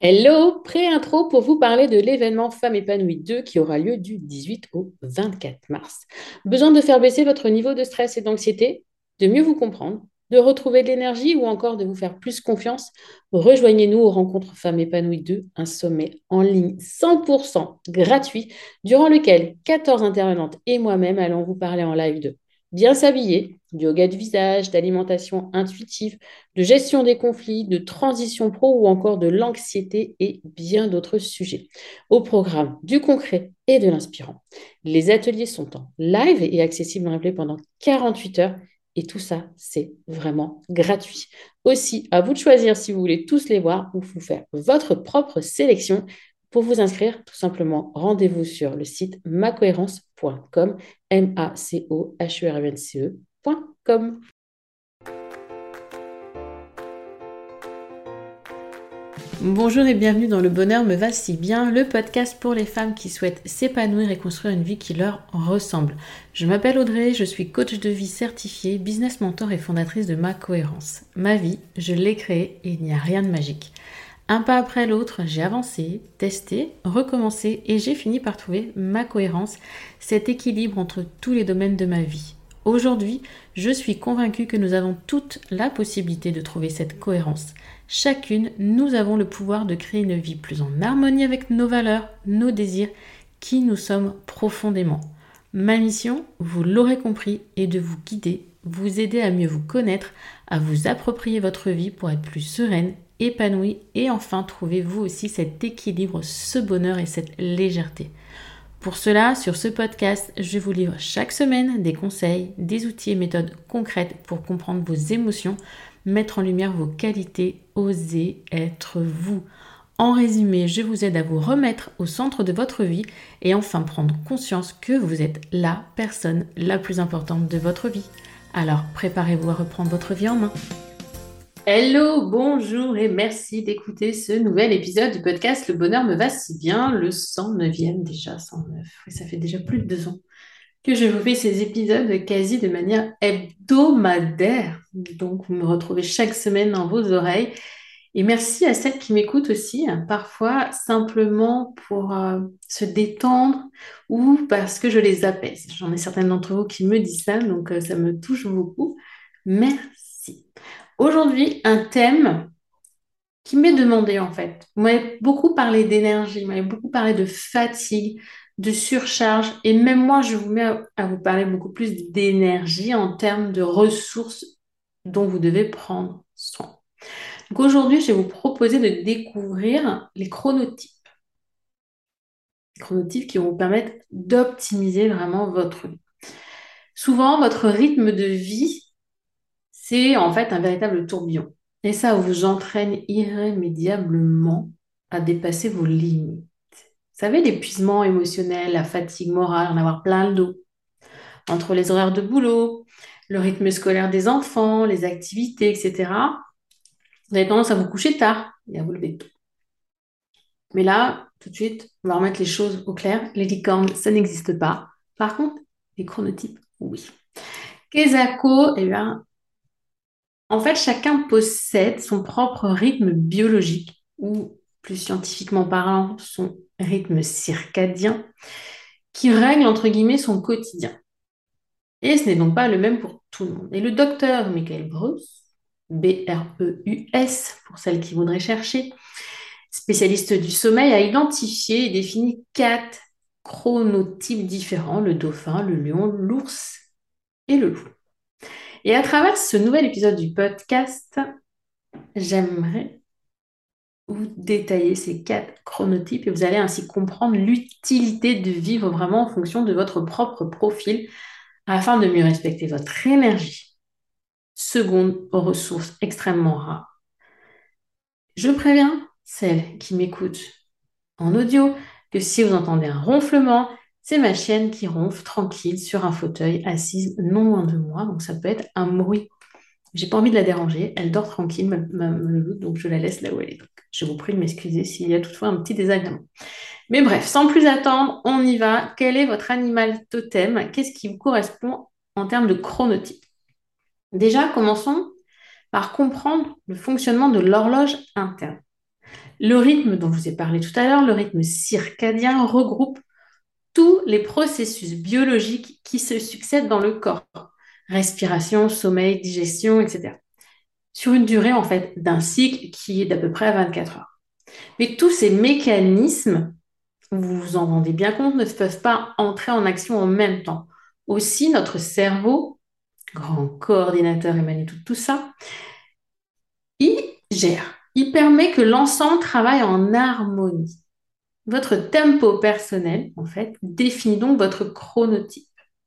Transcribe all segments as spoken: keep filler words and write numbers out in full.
Hello, pré-intro pour vous parler de l'événement Femmes épanouies deux qui aura lieu du dix-huit au vingt-quatre mars. Besoin de faire baisser votre niveau de stress et d'anxiété, de mieux vous comprendre, de retrouver de l'énergie ou encore de vous faire plus confiance? Rejoignez-nous aux rencontres Femmes épanouies deux, un sommet en ligne cent pour cent gratuit durant lequel quatorze intervenantes et moi-même allons vous parler en live de bien s'habiller, du yoga du visage, d'alimentation intuitive, de gestion des conflits, de transition pro ou encore de l'anxiété et bien d'autres sujets. Au programme du concret et de l'inspirant. Les ateliers sont en live et accessibles en replay pendant quarante-huit heures. Et tout ça, c'est vraiment gratuit. Aussi, à vous de choisir si vous voulez tous les voir ou vous faire votre propre sélection. Pour vous inscrire, tout simplement, rendez-vous sur le site macohérence point com, M A C O H E R E N C E point com. Bonjour et bienvenue dans Le Bonheur me va si bien, le podcast pour les femmes qui souhaitent s'épanouir et construire une vie qui leur ressemble. Je m'appelle Audrey, je suis coach de vie certifiée, business mentor et fondatrice de Ma Cohérence. Ma vie, je l'ai créée et il n'y a rien de magique. Un pas après l'autre, j'ai avancé, testé, recommencé et j'ai fini par trouver ma cohérence, cet équilibre entre tous les domaines de ma vie. Aujourd'hui, je suis convaincue que nous avons toute la possibilité de trouver cette cohérence. Chacune, nous avons le pouvoir de créer une vie plus en harmonie avec nos valeurs, nos désirs, qui nous sommes profondément. Ma mission, vous l'aurez compris, est de vous guider, vous aider à mieux vous connaître, à vous approprier votre vie pour être plus sereine, épanouie et enfin trouver vous aussi cet équilibre, ce bonheur et cette légèreté. Pour cela, sur ce podcast, je vous livre chaque semaine des conseils, des outils et méthodes concrètes pour comprendre vos émotions, mettre en lumière vos qualités, oser être vous. En résumé, je vous aide à vous remettre au centre de votre vie et enfin prendre conscience que vous êtes la personne la plus importante de votre vie. Alors, préparez-vous à reprendre votre vie en main. Hello, bonjour et merci d'écouter ce nouvel épisode du podcast Le Bonheur me va si bien, le cent neuvième déjà, cent neuf. Oui, ça fait déjà plus de deux ans que je vous fais ces épisodes quasi de manière hebdomadaire. Donc, vous me retrouvez chaque semaine dans vos oreilles. Et merci à celles qui m'écoutent aussi, hein, parfois simplement pour euh, se détendre ou parce que je les apaise. J'en ai certaines d'entre vous qui me disent ça, donc euh, ça me touche beaucoup. Merci. Aujourd'hui, un thème qui m'est demandé en fait. Vous m'avez beaucoup parlé d'énergie, vous m'avez beaucoup parlé de fatigue, de surcharge, et même moi, je vous mets à, à vous parler beaucoup plus d'énergie en termes de ressources dont vous devez prendre soin. Donc aujourd'hui, je vais vous proposer de découvrir les chronotypes. Les chronotypes qui vont vous permettre d'optimiser vraiment votre vie. Souvent, votre rythme de vie, c'est en fait un véritable tourbillon. Et ça vous entraîne irrémédiablement à dépasser vos limites. Vous savez, l'épuisement émotionnel, la fatigue morale, en avoir plein le dos. Entre les horaires de boulot, le rythme scolaire des enfants, les activités, et cetera, vous avez tendance à vous coucher tard et à vous lever tôt. Mais là, tout de suite, on va remettre les choses au clair. Les licornes, ça n'existe pas. Par contre, les chronotypes, oui. Kesako, eh bien, en fait, chacun possède son propre rythme biologique, ou plus scientifiquement parlant, son rythme circadien, qui règle, entre guillemets, son quotidien. Et ce n'est donc pas le même pour tout le monde. Et le docteur Michael Breus, B R E U S, pour celles qui voudraient chercher, spécialiste du sommeil, a identifié et défini quatre chronotypes différents, le dauphin, le lion, l'ours et le loup. Et à travers ce nouvel épisode du podcast, j'aimerais vous détailler ces quatre chronotypes et vous allez ainsi comprendre l'utilité de vivre vraiment en fonction de votre propre profil afin de mieux respecter votre énergie. Seconde ressource extrêmement rare. Je préviens celles qui m'écoutent en audio que si vous entendez un ronflement, c'est ma chienne qui ronfle tranquille sur un fauteuil assise non loin de moi. Donc ça peut être un bruit. J'ai pas envie de la déranger. Elle dort tranquille, ma, ma, ma louloute, donc je la laisse là où elle est. Donc, je vous prie de m'excuser s'il y a toutefois un petit désagrément. Mais bref, sans plus attendre, on y va. Quel est votre animal totem? Qu'est-ce qui vous correspond en termes de chronotype? Déjà, commençons par comprendre le fonctionnement de l'horloge interne. Le rythme dont je vous ai parlé tout à l'heure, le rythme circadien, regroupe tous les processus biologiques qui se succèdent dans le corps. Respiration, sommeil, digestion, et cetera. Sur une durée en fait d'un cycle qui est d'à peu près vingt-quatre heures. Mais tous ces mécanismes, vous vous en rendez bien compte, ne peuvent pas entrer en action en même temps. Aussi, notre cerveau, grand coordinateur et tout, tout ça, il gère. Il permet que l'ensemble travaille en harmonie. Votre tempo personnel, en fait, définit donc votre chronotype.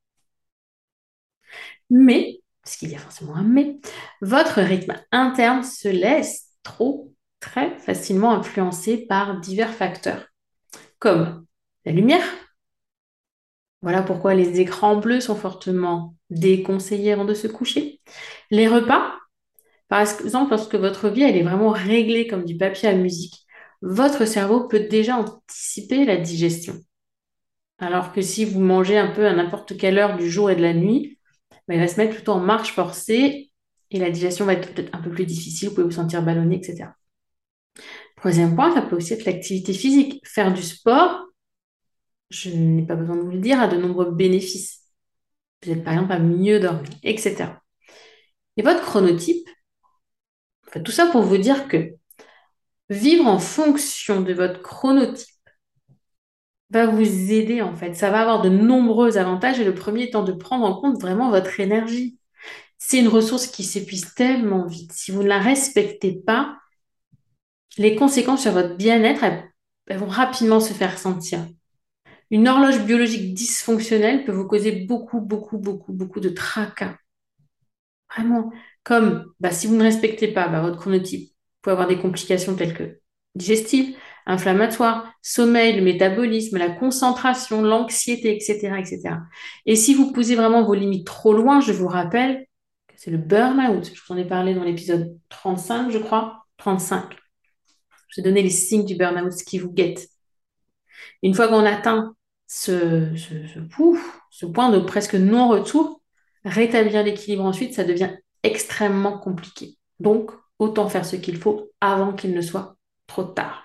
Mais, parce qu'il y a forcément un mais, votre rythme interne se laisse trop, très facilement influencer par divers facteurs, comme la lumière. Voilà pourquoi les écrans bleus sont fortement déconseillés avant de se coucher. Les repas, par exemple, lorsque votre vie elle est vraiment réglée comme du papier à musique, votre cerveau peut déjà anticiper la digestion. Alors que si vous mangez un peu à n'importe quelle heure du jour et de la nuit, ben, il va se mettre plutôt en marche forcée et la digestion va être peut-être un peu plus difficile, vous pouvez vous sentir ballonné, et cetera. Troisième point, ça peut aussi être l'activité physique. Faire du sport, je n'ai pas besoin de vous le dire, a de nombreux bénéfices. Vous êtes par exemple à mieux dormir, et cetera. Et votre chronotype, en fait, tout ça pour vous dire que vivre en fonction de votre chronotype va vous aider en fait. Ça va avoir de nombreux avantages et le premier étant de prendre en compte vraiment votre énergie. C'est une ressource qui s'épuise tellement vite. Si vous ne la respectez pas, les conséquences sur votre bien-être, elles, elles vont rapidement se faire sentir. Une horloge biologique dysfonctionnelle peut vous causer beaucoup, beaucoup, beaucoup, beaucoup de tracas. Vraiment. Comme bah, si vous ne respectez pas bah, votre chronotype, vous pouvez avoir des complications telles que digestives, inflammatoires, sommeil, le métabolisme, la concentration, l'anxiété, et cetera, et cetera. Et si vous poussez vraiment vos limites trop loin, je vous rappelle que c'est le burn-out. Je vous en ai parlé dans l'épisode trente-cinq, je crois. trente-cinq. Je vous ai donné les signes du burn-out, ce qui vous guette. Une fois qu'on atteint ce, ce, ce, pouf, ce point de presque non-retour, rétablir l'équilibre ensuite, ça devient extrêmement compliqué. Donc, autant faire ce qu'il faut avant qu'il ne soit trop tard.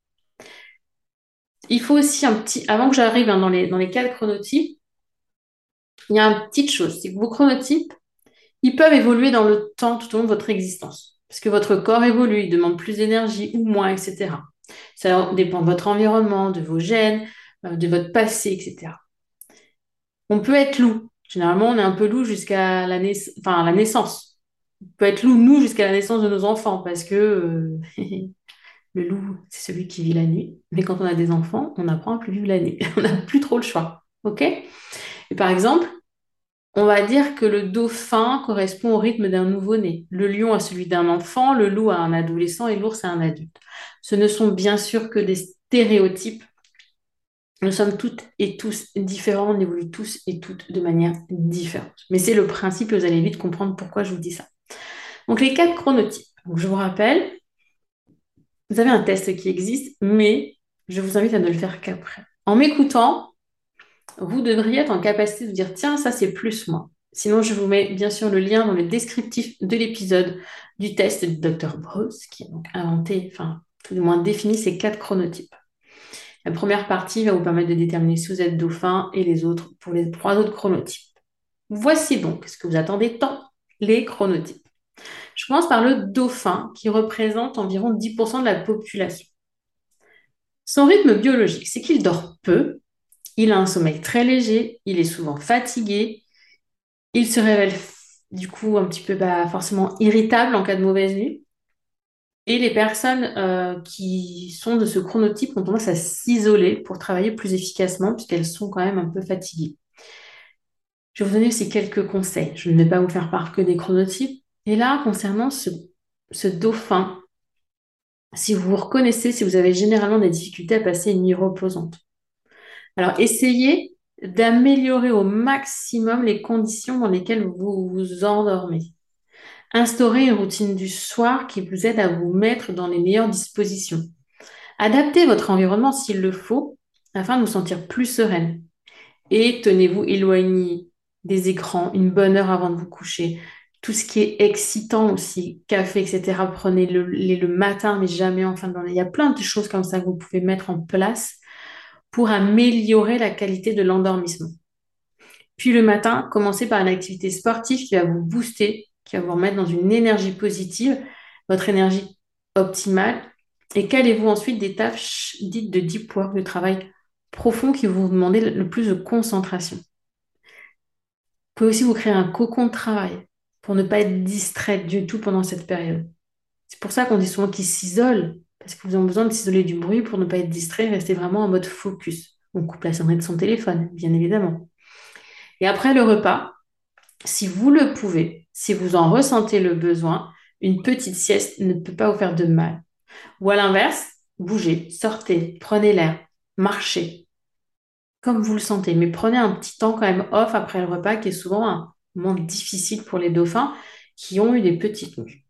Il faut aussi un petit, avant que j'arrive hein, dans les, dans les quatre chronotypes, il y a une petite chose, c'est que vos chronotypes, ils peuvent évoluer dans le temps tout au long de votre existence. Parce que votre corps évolue, il demande plus d'énergie ou moins, et cetera. Ça dépend de votre environnement, de vos gènes, euh, de votre passé, et cetera. On peut être loup. Généralement, on est un peu loup jusqu'à la, naiss- enfin, la naissance. On peut être loup, nous, jusqu'à la naissance de nos enfants, parce que euh, le loup, c'est celui qui vit la nuit. Mais quand on a des enfants, on apprend à plus vivre la nuit. On n'a plus trop le choix. OK? Et par exemple, on va dire que le dauphin correspond au rythme d'un nouveau-né, le lion à celui d'un enfant, le loup à un adolescent et l'ours à un adulte. Ce ne sont bien sûr que des stéréotypes. Nous sommes toutes et tous différents, on évolue tous et toutes de manière différente. Mais c'est le principe et vous allez vite comprendre pourquoi je vous dis ça. Donc les quatre chronotypes. Donc, je vous rappelle, vous avez un test qui existe, mais je vous invite à ne le faire qu'après. En m'écoutant, vous devriez être en capacité de vous dire, tiens, ça c'est plus moi. Sinon, je vous mets bien sûr le lien dans le descriptif de l'épisode du test du docteur Bruce, qui a donc inventé, enfin, tout du moins défini ces quatre chronotypes. La première partie va vous permettre de déterminer si vous êtes dauphin et les autres pour les trois autres chronotypes. Voici donc ce que vous attendez tant, les chronotypes. Je commence par le dauphin qui représente environ dix pour cent de la population. Son rythme biologique, c'est qu'il dort peu, il a un sommeil très léger, il est souvent fatigué, il se révèle du coup un petit peu bah, forcément irritable en cas de mauvaise nuit. Et les personnes euh, qui sont de ce chronotype ont tendance à s'isoler pour travailler plus efficacement puisqu'elles sont quand même un peu fatiguées. Je vais vous donner aussi quelques conseils. Je ne vais pas vous faire part que des chronotypes. Et là, concernant ce, ce dauphin, si vous vous reconnaissez, si vous avez généralement des difficultés à passer une nuit reposante. Alors, essayez d'améliorer au maximum les conditions dans lesquelles vous vous endormez. Instaurez une routine du soir qui vous aide à vous mettre dans les meilleures dispositions. Adaptez votre environnement s'il le faut afin de vous sentir plus sereine. Et tenez-vous éloigné des écrans une bonne heure avant de vous coucher. Tout ce qui est excitant aussi, café, et cetera, prenez-le le, le matin, mais jamais en fin de journée. Il y a plein de choses comme ça que vous pouvez mettre en place pour améliorer la qualité de l'endormissement. Puis le matin, commencez par une activité sportive qui va vous booster, qui va vous remettre dans une énergie positive, votre énergie optimale. Et calez-vous ensuite des tâches dites de deep work, de travail profond qui vont vous demander le plus de concentration. Vous pouvez aussi vous créer un cocon de travail pour ne pas être distraite du tout pendant cette période. C'est pour ça qu'on dit souvent qu'ils s'isolent, parce que vous avez besoin de s'isoler du bruit pour ne pas être distrait, rester vraiment en mode focus. On coupe la sonnerie de son téléphone, bien évidemment. Et après le repas, si vous le pouvez, si vous en ressentez le besoin, une petite sieste ne peut pas vous faire de mal. Ou à l'inverse, bougez, sortez, prenez l'air, marchez, comme vous le sentez. Mais prenez un petit temps quand même off après le repas, qui est souvent un moment difficile pour les dauphins qui ont eu des petites nuits.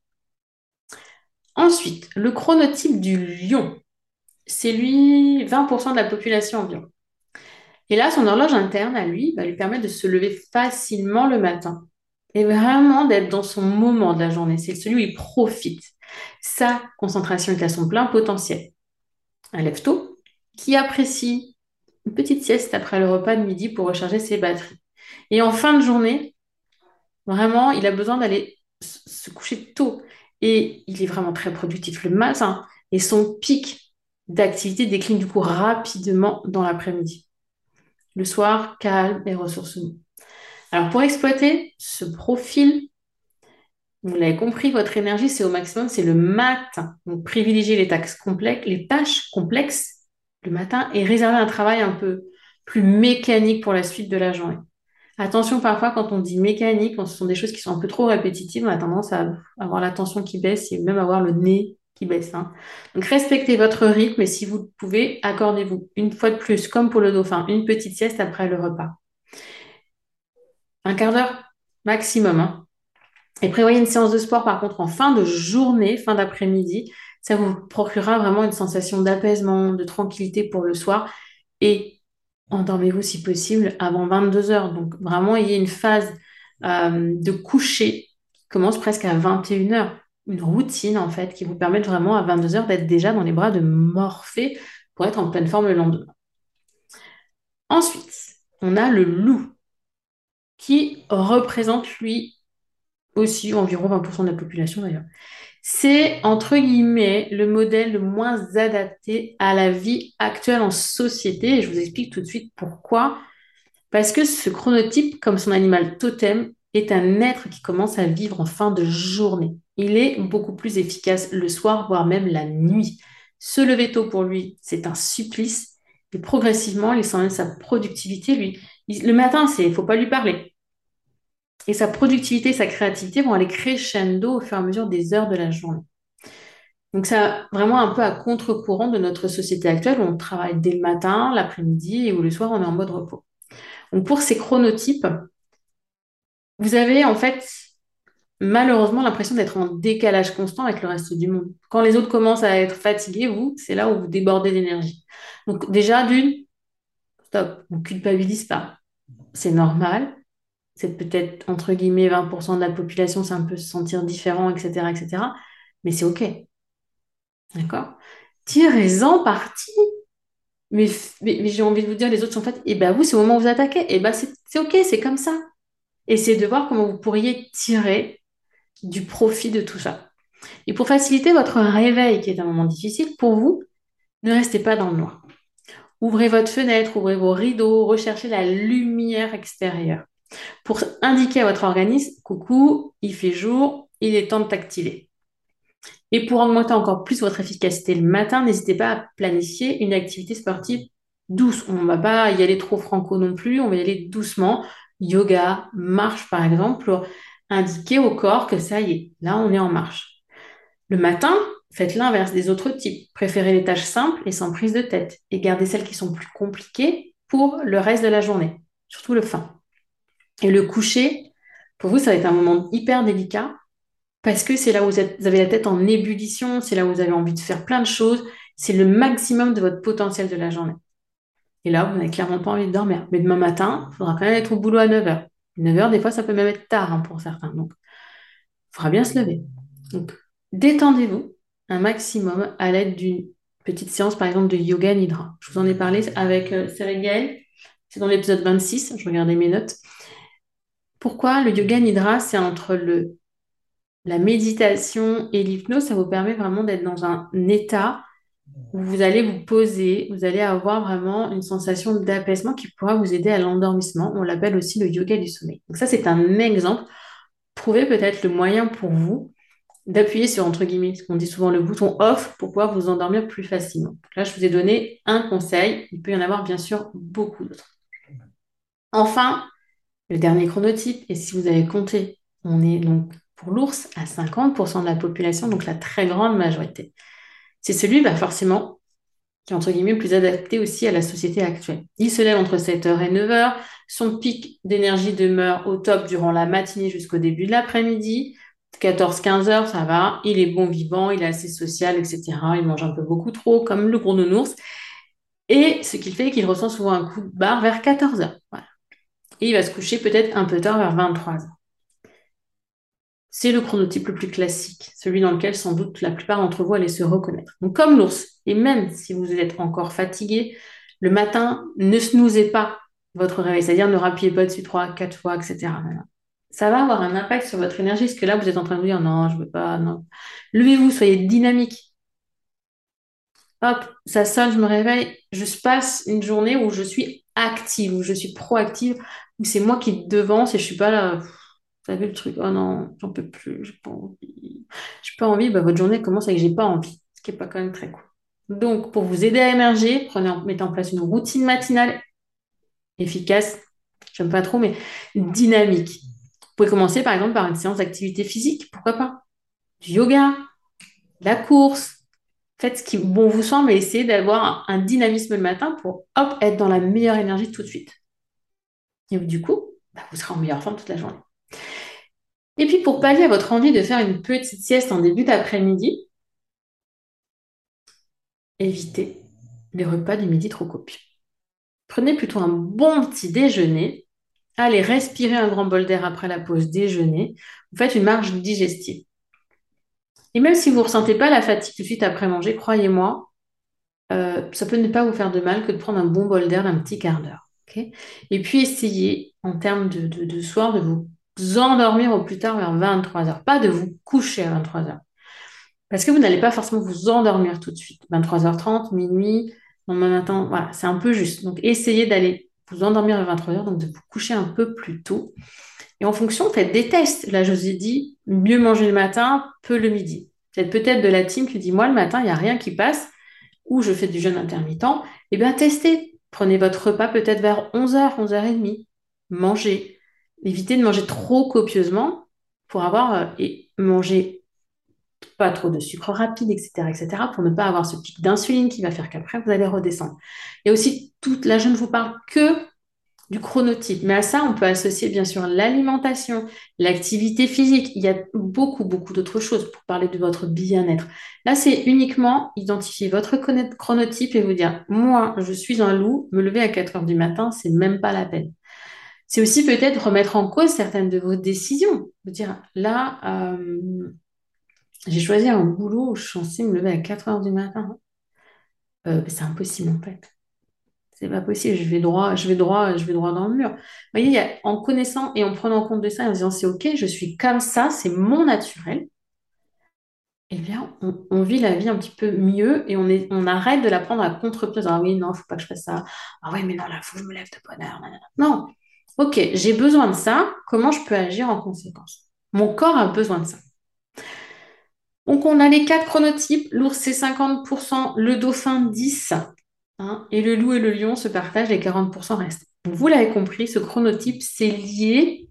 Ensuite, le chronotype du lion, c'est lui vingt pour cent de la population environ. Et là, son horloge interne à lui va lui permettre de se lever facilement le matin et vraiment d'être dans son moment de la journée. C'est celui où il profite. Sa concentration est à son plein potentiel. Un lève-tôt qui apprécie une petite sieste après le repas de midi pour recharger ses batteries. Et en fin de journée, vraiment, il a besoin d'aller se coucher tôt. Et il est vraiment très productif le matin. Et son pic d'activité décline du coup rapidement dans l'après-midi. Le soir, calme et ressourcement. Alors, pour exploiter ce profil, vous l'avez compris, votre énergie, c'est au maximum, c'est le matin. Donc, privilégiez les tâches complexes, les tâches complexes le matin et réservez un travail un peu plus mécanique pour la suite de la journée. Attention, parfois, quand on dit mécanique, quand ce sont des choses qui sont un peu trop répétitives, on a tendance à avoir l'attention qui baisse et même avoir le nez qui baisse, hein. Donc, respectez votre rythme et si vous le pouvez, accordez-vous une fois de plus, comme pour le dauphin, une petite sieste après le repas. Un quart d'heure maximum, hein. Et prévoyez une séance de sport, par contre, en fin de journée, fin d'après-midi. Ça vous procurera vraiment une sensation d'apaisement, de tranquillité pour le soir. Et endormez-vous si possible avant vingt-deux heures. Donc, vraiment, il y a une phase euh, de coucher qui commence presque à vingt et une heures. Une routine, en fait, qui vous permet vraiment à vingt-deux heures d'être déjà dans les bras de Morphée pour être en pleine forme le lendemain. Ensuite, on a le loup qui représente, lui, aussi environ vingt pour cent de la population d'ailleurs. C'est, entre guillemets, le modèle le moins adapté à la vie actuelle en société. Et je vous explique tout de suite pourquoi. Parce que ce chronotype, comme son animal totem, est un être qui commence à vivre en fin de journée. Il est beaucoup plus efficace le soir, voire même la nuit. Se lever tôt pour lui, c'est un supplice. Et progressivement, il sent même sa productivité, lui. Il- le matin, c'est, il faut pas lui parler. Et sa productivité, sa créativité vont aller crescendo au fur et à mesure des heures de la journée. Donc, ça vraiment un peu à contre-courant de notre société actuelle où on travaille dès le matin, l'après-midi et où le soir, on est en mode repos. Donc, pour ces chronotypes, vous avez en fait malheureusement l'impression d'être en décalage constant avec le reste du monde. Quand les autres commencent à être fatigués, vous, c'est là où vous débordez d'énergie. Donc, déjà, d'une, stop, on ne culpabilise pas. C'est normal. C'est peut-être entre guillemets vingt pour cent de la population, c'est un peu se sentir différent, et cetera, et cetera. Mais c'est OK, d'accord? Tirez-en parti. Mais, mais, mais j'ai envie de vous dire, les autres sont faites. Et ben vous, c'est au moment où vous attaquez. Et ben c'est c'est OK, c'est comme ça. Essayez de voir comment vous pourriez tirer du profit de tout ça. Et pour faciliter votre réveil, qui est un moment difficile pour vous, ne restez pas dans le noir. Ouvrez votre fenêtre, ouvrez vos rideaux, recherchez la lumière extérieure pour indiquer à votre organisme, coucou, il fait jour, il est temps de t'activer. Et pour augmenter encore plus votre efficacité le matin, n'hésitez pas à planifier une activité sportive douce. On ne va pas y aller trop franco non plus, on va y aller doucement. Yoga, marche par exemple, pour indiquer au corps que ça y est, là on est en marche. Le matin, faites l'inverse des autres types. Préférez les tâches simples et sans prise de tête et gardez celles qui sont plus compliquées pour le reste de la journée, surtout le fin. Et le coucher, pour vous, ça va être un moment hyper délicat parce que c'est là où vous, êtes- vous avez la tête en ébullition, c'est là où vous avez envie de faire plein de choses, c'est le maximum de votre potentiel de la journée. Et là, vous n'avez clairement pas envie de dormir. Mais demain matin, il faudra quand même être au boulot à neuf heures. neuf heures, des fois, ça peut même être tard hein, pour certains. Donc, faudra bien se lever. Donc, détendez-vous un maximum à l'aide d'une petite séance, par exemple, de yoga nidra. Je vous en ai parlé avec euh, Cyril Gaël. C'est dans l'épisode vingt-six, je regardais mes notes. Pourquoi le yoga nidra, c'est entre le, la méditation et l'hypnose, ça vous permet vraiment d'être dans un état où vous allez vous poser, vous allez avoir vraiment une sensation d'apaisement qui pourra vous aider à l'endormissement. On l'appelle aussi le yoga du sommeil. Donc ça, c'est un exemple. Trouvez peut-être le moyen pour vous d'appuyer sur, entre guillemets, ce qu'on dit souvent, le bouton off pour pouvoir vous endormir plus facilement. Donc là, je vous ai donné un conseil. Il peut y en avoir bien sûr beaucoup d'autres. Enfin, le dernier chronotype, et si vous avez compté, on est donc pour l'ours à cinquante pour cent de la population, donc la très grande majorité. C'est celui, bah forcément, qui est entre guillemets plus adapté aussi à la société actuelle. Il se lève entre sept heures et neuf heures, son pic d'énergie demeure au top durant la matinée jusqu'au début de l'après-midi, quatorze quinze heures, ça va, il est bon vivant, il est assez social, et cetera. Il mange un peu beaucoup trop, comme le gros nounours, et ce qui fait qu'il ressent souvent un coup de barre vers quatorze heures. Voilà. Et il va se coucher peut-être un peu tard vers vingt-trois heures. C'est le chronotype le plus classique, celui dans lequel sans doute la plupart d'entre vous allez se reconnaître. Donc comme l'ours, et même si vous êtes encore fatigué, le matin, ne snoozez pas votre réveil, c'est-à-dire ne rappuyez pas dessus trois, quatre fois, et cetera. Ça va avoir un impact sur votre énergie, parce que là, vous êtes en train de vous dire non, je ne veux pas, non. Levez-vous, soyez dynamique. Hop, ça sonne, je me réveille, je passe une journée où je suis active, où je suis proactive, où c'est moi qui devance et je suis pas là. Vous savez le truc, oh non, j'en peux plus, j'ai pas envie. J'ai pas envie, bah, votre journée commence avec j'ai pas envie, ce qui est pas quand même très cool. Donc, pour vous aider à émerger, prenez en, mettez en place une routine matinale efficace, j'aime pas trop, mais dynamique. Vous pouvez commencer par exemple par une séance d'activité physique, pourquoi pas? Du yoga, de la course. Faites ce qui bon vous semble et essayez d'avoir un, un dynamisme le matin pour hop, être dans la meilleure énergie tout de suite. Et du coup, bah, vous serez en meilleure forme toute la journée. Et puis pour pallier à votre envie de faire une petite sieste en début d'après-midi, évitez les repas du midi trop copieux. Prenez plutôt un bon petit déjeuner. Allez respirer un grand bol d'air après la pause déjeuner. Vous faites une marche digestive. Et même si vous ne ressentez pas la fatigue tout de suite après manger, croyez-moi, euh, ça peut ne pas vous faire de mal que de prendre un bon bol d'air d'un petit quart d'heure. Okay. Et puis essayez, en termes de, de, de soir, de vous endormir au plus tard vers vingt-trois heures. Pas de vous coucher à vingt-trois heures. Parce que vous n'allez pas forcément vous endormir tout de suite. vingt-trois heures trente, minuit, lendemain matin, voilà, c'est un peu juste. Donc, essayez d'aller vous endormir à vingt-trois heures, donc de vous coucher un peu plus tôt. Et en fonction, faites des tests. Là, je vous ai dit, mieux manger le matin, peu le midi. Vous êtes peut-être de la team qui dit, moi, le matin, il n'y a rien qui passe, ou je fais du jeûne intermittent. Eh bien, testez. Prenez votre repas peut-être vers onze heures, onze heures trente. Mangez. Évitez de manger trop copieusement pour avoir, euh, et manger pas trop de sucre rapide, et cetera, et cetera, pour ne pas avoir ce pic d'insuline qui va faire qu'après, vous allez redescendre. Et aussi, toute, là, je ne vous parle que du chronotype, mais à ça, on peut associer bien sûr l'alimentation, l'activité physique. Il y a beaucoup, beaucoup d'autres choses pour parler de votre bien-être. Là, c'est uniquement identifier votre chronotype et vous dire, moi, je suis un loup, me lever à quatre heures du matin, c'est même pas la peine. C'est aussi peut-être remettre en cause certaines de vos décisions. Vous dire, là, euh, j'ai choisi un boulot où je suis censée me lever à quatre heures du matin. Euh, c'est impossible en fait. C'est pas possible. Je vais droit, je vais droit, je vais droit dans le mur. Vous voyez, il y a, en connaissant et en prenant compte de ça, et en disant c'est OK, je suis comme ça, c'est mon naturel, eh bien, on, on vit la vie un petit peu mieux et on, est, on arrête de la prendre à contre-pied. Ah oui, non, il ne faut pas que je fasse ça. Ah oui, mais non, là, il faut que je me lève de bonne heure. Nanana. Non. OK, j'ai besoin de ça. Comment je peux agir en conséquence? Mon corps a besoin de ça. Donc, on a les quatre chronotypes. L'ours, c'est cinquante pour cent, le dauphin, dix pour cent, hein, et le loup et le lion se partagent les quarante pour cent restants. Donc, vous l'avez compris, ce chronotype, c'est lié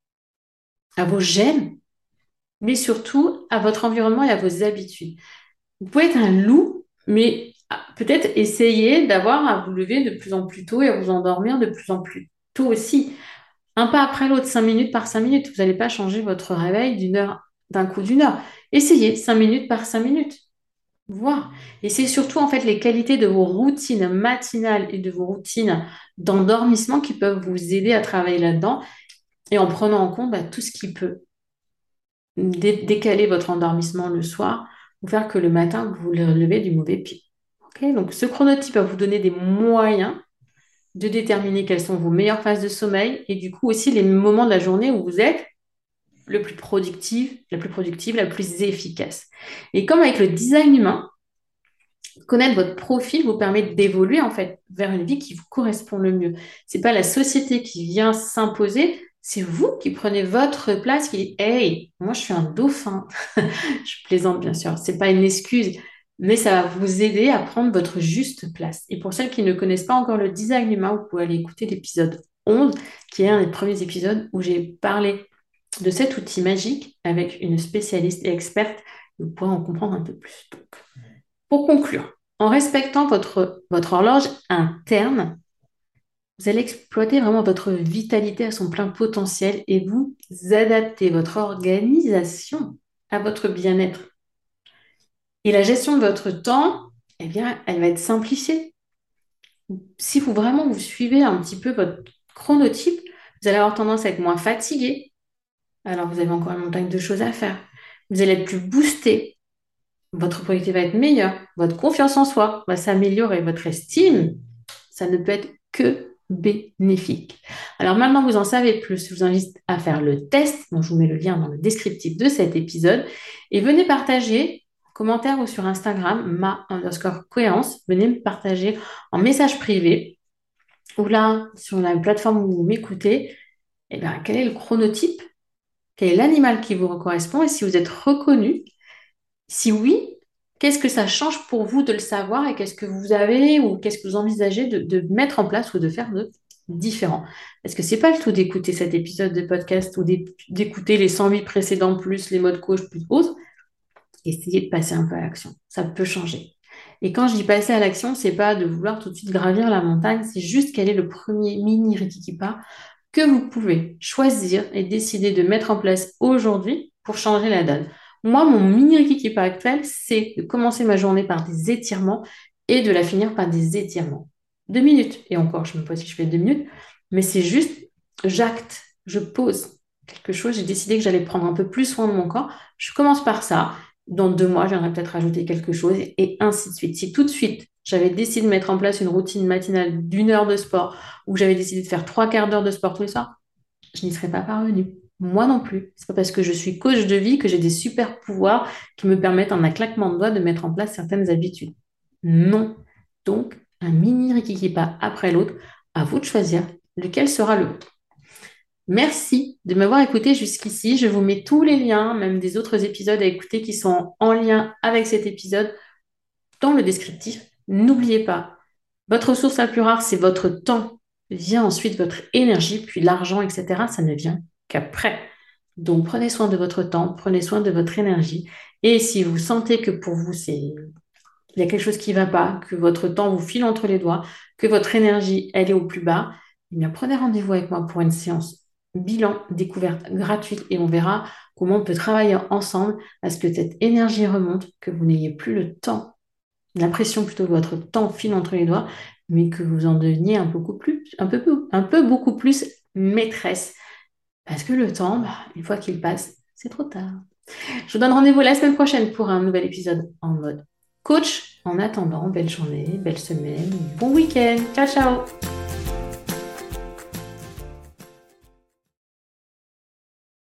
à vos gènes, mais surtout à votre environnement et à vos habitudes. Vous pouvez être un loup, mais peut-être essayer d'avoir à vous lever de plus en plus tôt et à vous endormir de plus en plus tôt aussi. Un pas après l'autre, cinq minutes par cinq minutes. Vous n'allez pas changer votre réveil d'une heure, d'un coup d'une heure. Essayez cinq minutes par cinq minutes. Voir. Et c'est surtout en fait les qualités de vos routines matinales et de vos routines d'endormissement qui peuvent vous aider à travailler là-dedans et en prenant en compte bah, tout ce qui peut dé- décaler votre endormissement le soir ou faire que le matin, vous vous levez du mauvais pied. Ok. Donc, ce chronotype va vous donner des moyens de déterminer quelles sont vos meilleures phases de sommeil et du coup aussi les moments de la journée où vous êtes le plus productive, la plus productive, la plus efficace. Et comme avec le design humain, connaître votre profil vous permet d'évoluer en fait vers une vie qui vous correspond le mieux. C'est pas la société qui vient s'imposer, c'est vous qui prenez votre place, qui dit hey, moi je suis un dauphin. Je plaisante bien sûr, c'est pas une excuse, mais ça va vous aider à prendre votre juste place. Et pour celles qui ne connaissent pas encore le design humain, vous pouvez aller écouter l'épisode onze, qui est un des premiers épisodes où j'ai parlé de cet outil magique avec une spécialiste et experte. Vous pourrez en comprendre un peu plus. Donc, pour conclure, en respectant votre, votre horloge interne, vous allez exploiter vraiment votre vitalité à son plein potentiel et vous adapter votre organisation à votre bien-être. Et la gestion de votre temps, eh bien, elle va être simplifiée. Si vous vraiment vous suivez un petit peu votre chronotype, vous allez avoir tendance à être moins fatigué. Alors, vous avez encore une montagne de choses à faire. Vous allez être plus boosté. Votre productivité va être meilleure. Votre confiance en soi va s'améliorer. Votre estime, ça ne peut être que bénéfique. Alors maintenant, vous en savez plus. Je vous invite à faire le test. Donc, je vous mets le lien dans le descriptif de cet épisode. Et venez partager en commentaire ou sur Instagram, ma underscore cohérence. Venez me partager en message privé ou là, sur la plateforme où vous m'écoutez, eh bien, quel est le chronotype? Quel est l'animal qui vous correspond? Et si vous êtes reconnu, si oui, qu'est-ce que ça change pour vous de le savoir et qu'est-ce que vous avez ou qu'est-ce que vous envisagez de, de mettre en place ou de faire de différent? Parce que c'est pas le tout d'écouter cet épisode de podcast ou d'é- d'écouter les cent huit précédents plus les modes coach plus autres. Essayez de passer un peu à l'action. Ça peut changer. Et quand je dis passer à l'action, c'est pas de vouloir tout de suite gravir la montagne, c'est juste quel est le premier mini Rikikipa que vous pouvez choisir et décider de mettre en place aujourd'hui pour changer la donne. Moi, mon mini Rikikipa actuel, c'est de commencer ma journée par des étirements et de la finir par des étirements. Deux minutes. Et encore, je ne sais même pas si je fais deux minutes, mais c'est juste, j'acte, je pose quelque chose. J'ai décidé que j'allais prendre un peu plus soin de mon corps. Je commence par ça. Dans deux mois, j'aimerais peut-être rajouter quelque chose et ainsi de suite. Si tout de suite, j'avais décidé de mettre en place une routine matinale d'une heure de sport ou j'avais décidé de faire trois quarts d'heure de sport tous les soirs, je n'y serais pas parvenue. Moi non plus. C'est pas parce que je suis coach de vie que j'ai des super pouvoirs qui me permettent en un claquement de doigts de mettre en place certaines habitudes. Non. Donc, un mini Rikikipa après l'autre, à vous de choisir lequel sera le vôtre. Merci de m'avoir écouté jusqu'ici. Je vous mets tous les liens, même des autres épisodes à écouter qui sont en lien avec cet épisode dans le descriptif. N'oubliez pas, votre ressource la plus rare, c'est votre temps. Vient ensuite votre énergie, puis l'argent, et cetera. Ça ne vient qu'après. Donc prenez soin de votre temps, prenez soin de votre énergie. Et si vous sentez que pour vous, c'est il y a quelque chose qui ne va pas, que votre temps vous file entre les doigts, que votre énergie, elle est au plus bas, eh bien, prenez rendez-vous avec moi pour une séance bilan découverte gratuite et on verra comment on peut travailler ensemble à ce que cette énergie remonte, que vous n'ayez plus le temps, l'impression plutôt que votre temps file entre les doigts, mais que vous en deveniez un, beaucoup plus, un, peu, un peu beaucoup plus maîtresse. Parce que le temps, bah, une fois qu'il passe, c'est trop tard. Je vous donne rendez-vous la semaine prochaine pour un nouvel épisode en mode coach. En attendant, belle journée, belle semaine, bon week-end. Ciao, ciao!